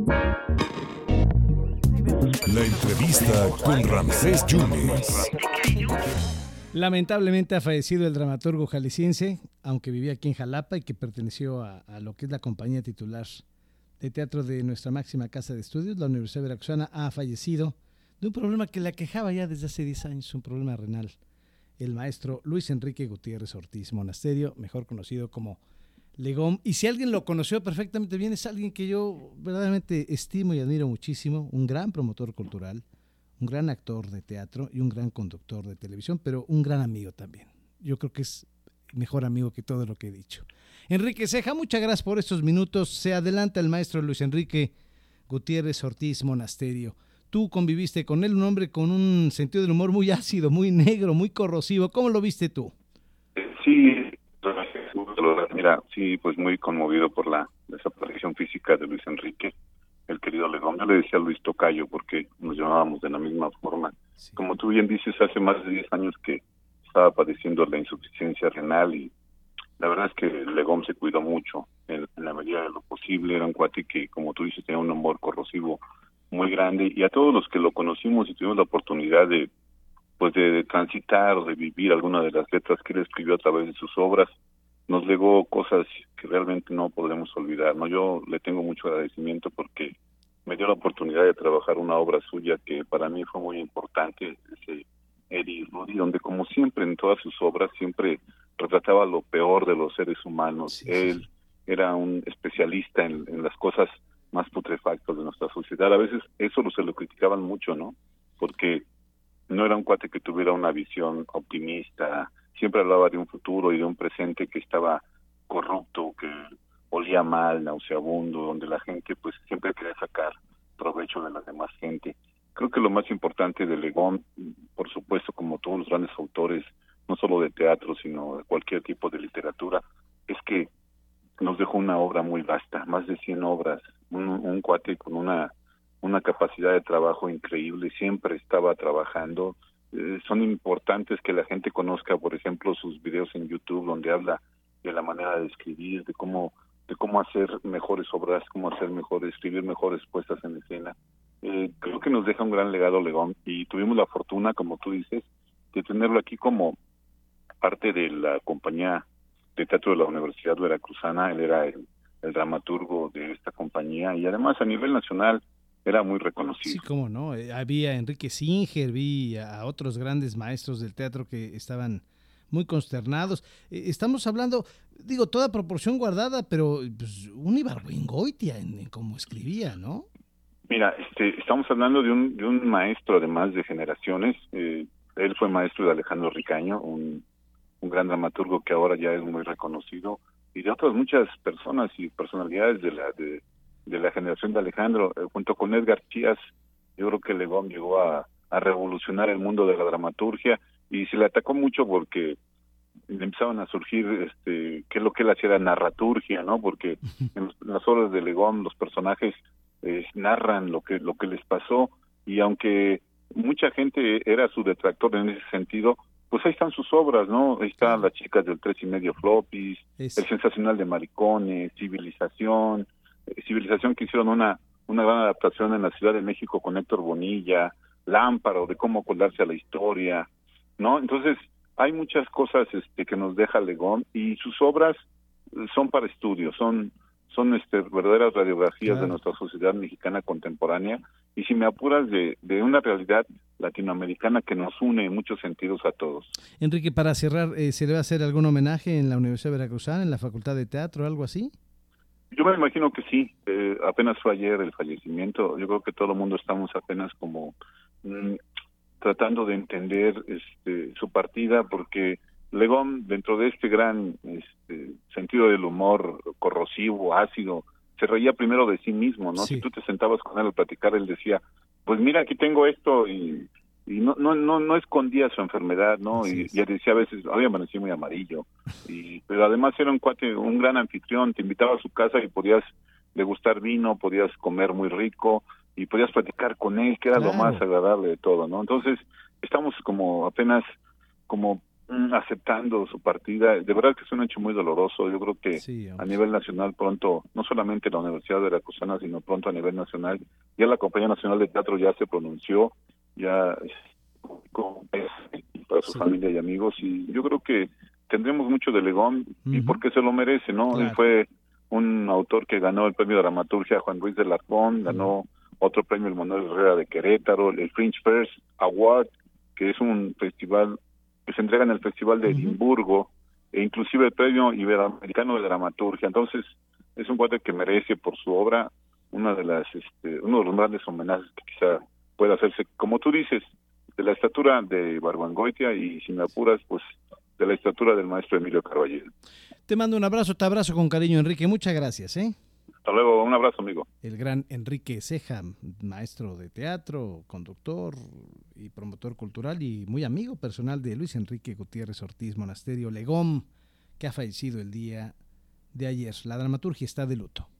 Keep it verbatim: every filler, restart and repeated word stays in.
La entrevista con Ramsés Yunes. Lamentablemente ha fallecido el dramaturgo jalisciense, aunque vivía aquí en Jalapa y que perteneció a, a lo que es la compañía titular de teatro de nuestra máxima casa de estudios, la Universidad Veracruzana. Ha fallecido de un problema que le aquejaba ya desde hace diez años, un problema renal. El maestro Luis Enrique Gutiérrez Ortiz Monasterio, mejor conocido como Legón. Y si alguien lo conoció perfectamente bien, es alguien que yo verdaderamente estimo y admiro muchísimo, un gran promotor cultural, un gran actor de teatro y un gran conductor de televisión, pero un gran amigo también. Yo creo que es mejor amigo que todo lo que he dicho. Enrique Ceja, muchas gracias por estos minutos. Se adelanta el maestro Luis Enrique Gutiérrez Ortiz Monasterio. Tú conviviste con él, un hombre con un sentido del humor muy ácido, muy negro, muy corrosivo. ¿Cómo lo viste tú? Sí, mira, sí, pues muy conmovido por la desaparición física de Luis Enrique, el querido Legón. Yo le decía a Luis Tocayo porque nos llamábamos de la misma forma. Sí. Como tú bien dices, hace más de diez años que estaba padeciendo la insuficiencia renal y la verdad es que Legón se cuidó mucho en, en la medida de lo posible. Era un cuate que, como tú dices, tenía un humor corrosivo muy grande, y a todos los que lo conocimos y tuvimos la oportunidad de pues de, de transitar o de vivir alguna de las letras que él escribió a través de sus obras, nos legó cosas que realmente no podremos olvidar, ¿no? Yo le tengo mucho agradecimiento porque me dio la oportunidad de trabajar una obra suya que para mí fue muy importante, ese Eddie y Rudy, donde como siempre en todas sus obras siempre retrataba lo peor de los seres humanos. Sí, él sí. Era un especialista en, en las cosas más putrefactos de nuestra sociedad. A veces eso se lo criticaban mucho, ¿no? Porque no era un cuate que tuviera una visión optimista, siempre hablaba de un futuro y de un presente que estaba corrupto, que olía mal, nauseabundo, donde la gente pues siempre quería sacar provecho de la demás gente. Creo que lo más importante de Legón, por supuesto, como todos los grandes autores, no solo de teatro, sino de cualquier tipo de literatura, es que nos dejó una obra muy vasta, más de cien obras, un, un cuate con una una capacidad de trabajo increíble, siempre estaba trabajando. Eh, son importantes que la gente conozca, por ejemplo, sus videos en YouTube, donde habla de la manera de escribir, de cómo de cómo hacer mejores obras, cómo hacer mejores, escribir mejores puestas en escena. Eh, creo que nos deja un gran legado Legón, y tuvimos la fortuna, como tú dices, de tenerlo aquí como parte de la compañía de teatro de la Universidad Veracruzana. Él era el, el dramaturgo de esta compañía, y además a nivel nacional era muy reconocido. Sí, cómo no. Había Enrique Singer, vi a otros grandes maestros del teatro que estaban muy consternados. Estamos hablando, digo, toda proporción guardada, pero pues, un Ibargüengoitia en, en cómo escribía, ¿no? Mira, este, estamos hablando de un de un maestro, además de generaciones. Eh, él fue maestro de Alejandro Ricaño, un, un gran dramaturgo que ahora ya es muy reconocido, y de otras muchas personas y personalidades de la de de la generación de Alejandro, eh, junto con Edgar Chías. Yo creo que Legón llegó a, a revolucionar el mundo de la dramaturgia, y se le atacó mucho porque empezaban a surgir, este, qué es lo que él hacía, era narraturgia, ¿no? Porque en, los, en las obras de Legón los personajes eh, narran lo que lo que les pasó, y aunque mucha gente era su detractor en ese sentido, pues ahí están sus obras, ¿no? Ahí están Las chicas del tres y medio floppies, es... El sensacional de maricones, Civilización, Civilización que hicieron una una gran adaptación en la Ciudad de México con Héctor Bonilla, Lámparo, de cómo colarse a la historia, ¿no? Entonces, hay muchas cosas este que nos deja Legón, y sus obras son para estudio, son son este verdaderas radiografías claro. de nuestra sociedad mexicana contemporánea, y si me apuras de, de una realidad latinoamericana que nos une en muchos sentidos a todos. Enrique, para cerrar, eh, ¿se le va a hacer algún homenaje en la Universidad Veracruzana, en la Facultad de Teatro o algo así? Yo me imagino que sí. Eh, apenas fue ayer el fallecimiento. Yo creo que todo el mundo estamos apenas como mmm, tratando de entender este, su partida, porque Legón, dentro de este gran este, sentido del humor corrosivo, ácido, se reía primero de sí mismo, ¿no? Sí. Si tú te sentabas con él a platicar, él decía, pues mira, aquí tengo esto, y y no no no no escondía su enfermedad, ¿no? Y, y decía a veces, hoy amanecí muy amarillo, y pero además era un cuate, un gran anfitrión, te invitaba a su casa y podías degustar vino, podías comer muy rico y podías platicar con él, que era claro. lo más agradable de todo, ¿no? Entonces, estamos como apenas como aceptando su partida. De verdad que es un hecho muy doloroso. Yo creo que sí, a nivel nacional pronto, no solamente la Universidad Veracruzana, sino pronto a nivel nacional, ya la Compañía Nacional de Teatro ya se pronunció, ya con para su sí. familia y amigos, y yo creo que tendremos mucho de Legón, uh-huh. y porque se lo merece, ¿no? Claro. Él fue un autor que ganó el premio de dramaturgia Juan Ruiz de Alarcón, ganó uh-huh. otro premio el Manuel Herrera de Querétaro, el Fringe First Award, que es un festival que se entrega en el Festival de uh-huh. Edimburgo, e inclusive el premio Iberoamericano de Dramaturgia. Entonces, es un cuate que merece por su obra una de las, este, uno de los grandes homenajes que quizá pueda hacerse, como tú dices, de la estatura de Barbangoitia y, si me apuras, pues de la estatura del maestro Emilio Carballel. Te mando un abrazo, te abrazo con cariño, Enrique. Muchas gracias, ¿eh? Hasta luego, un abrazo, amigo. El gran Enrique Ceja, maestro de teatro, conductor y promotor cultural y muy amigo personal de Luis Enrique Gutiérrez Ortiz Monasterio Legón, que ha fallecido el día de ayer. La dramaturgia está de luto.